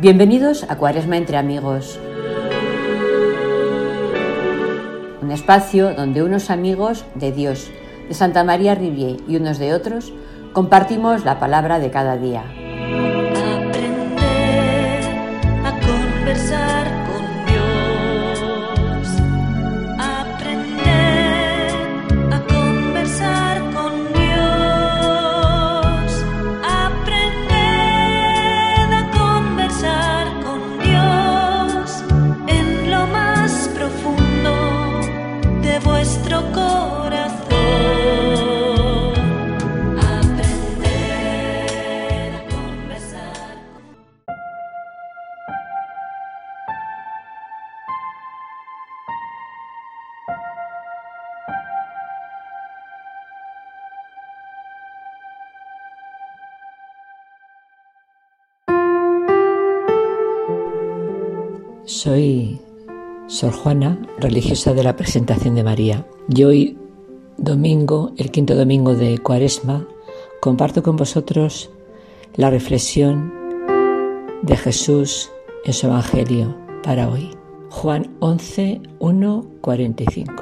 Bienvenidos a Cuaresma entre amigos, un espacio donde unos amigos de Dios, de Santa María Rivier y unos de otros, compartimos la palabra de cada día. Aprender a conversar con Dios. Aprender a conversar con Dios. Aprender a conversar con Dios en lo más profundo de vuestro corazón. Soy Sor Juana, religiosa de la Presentación de María. Y hoy, domingo, el quinto domingo de Cuaresma, comparto con vosotros la reflexión de Jesús en su Evangelio para hoy. Juan 11, 1, 45.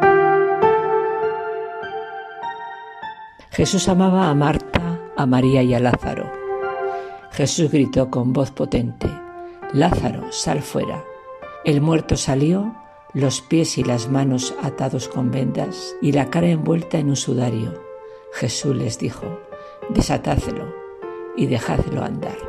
Jesús amaba a Marta, a María y a Lázaro. Jesús gritó con voz potente: «Lázaro, sal fuera». El muerto salió, los pies y las manos atados con vendas y la cara envuelta en un sudario. Jesús les dijo: «Desatádlo y dejádlo andar».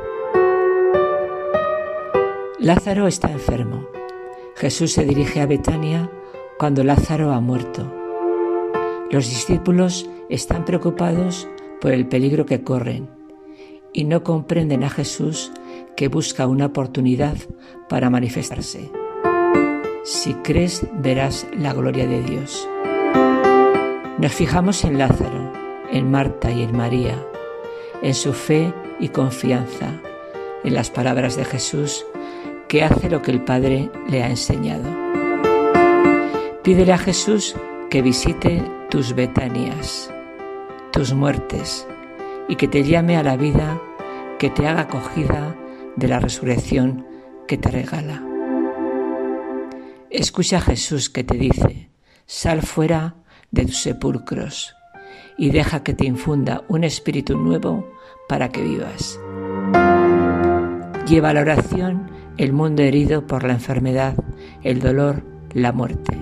Lázaro está enfermo. Jesús se dirige a Betania cuando Lázaro ha muerto. Los discípulos están preocupados por el peligro que corren y no comprenden a Jesús, que busca una oportunidad para manifestarse. Si crees, verás la gloria de Dios. Nos fijamos en Lázaro, en Marta y en María, en su fe y confianza, en las palabras de Jesús, que hace lo que el Padre le ha enseñado. Pídele a Jesús que visite tus Betanias, tus muertes, y que te llame a la vida, que te haga acogida de la resurrección que te regala. Escucha a Jesús que te dice: sal fuera de tus sepulcros y deja que te infunda un espíritu nuevo para que vivas. Lleva a la oración el mundo herido por la enfermedad, el dolor, la muerte.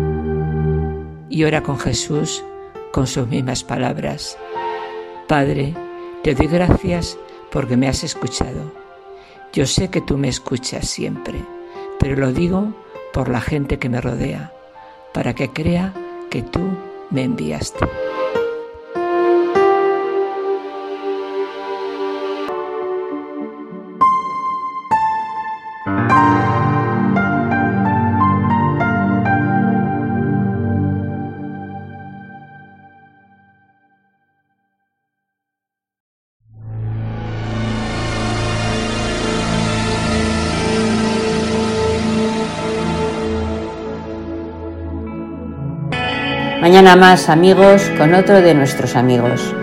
Y ora con Jesús con sus mismas palabras: Padre, te doy gracias porque me has escuchado. Yo sé que tú me escuchas siempre, pero lo digo por la gente que me rodea, para que crea que tú me enviaste. Mañana más, amigos, con otro de nuestros amigos.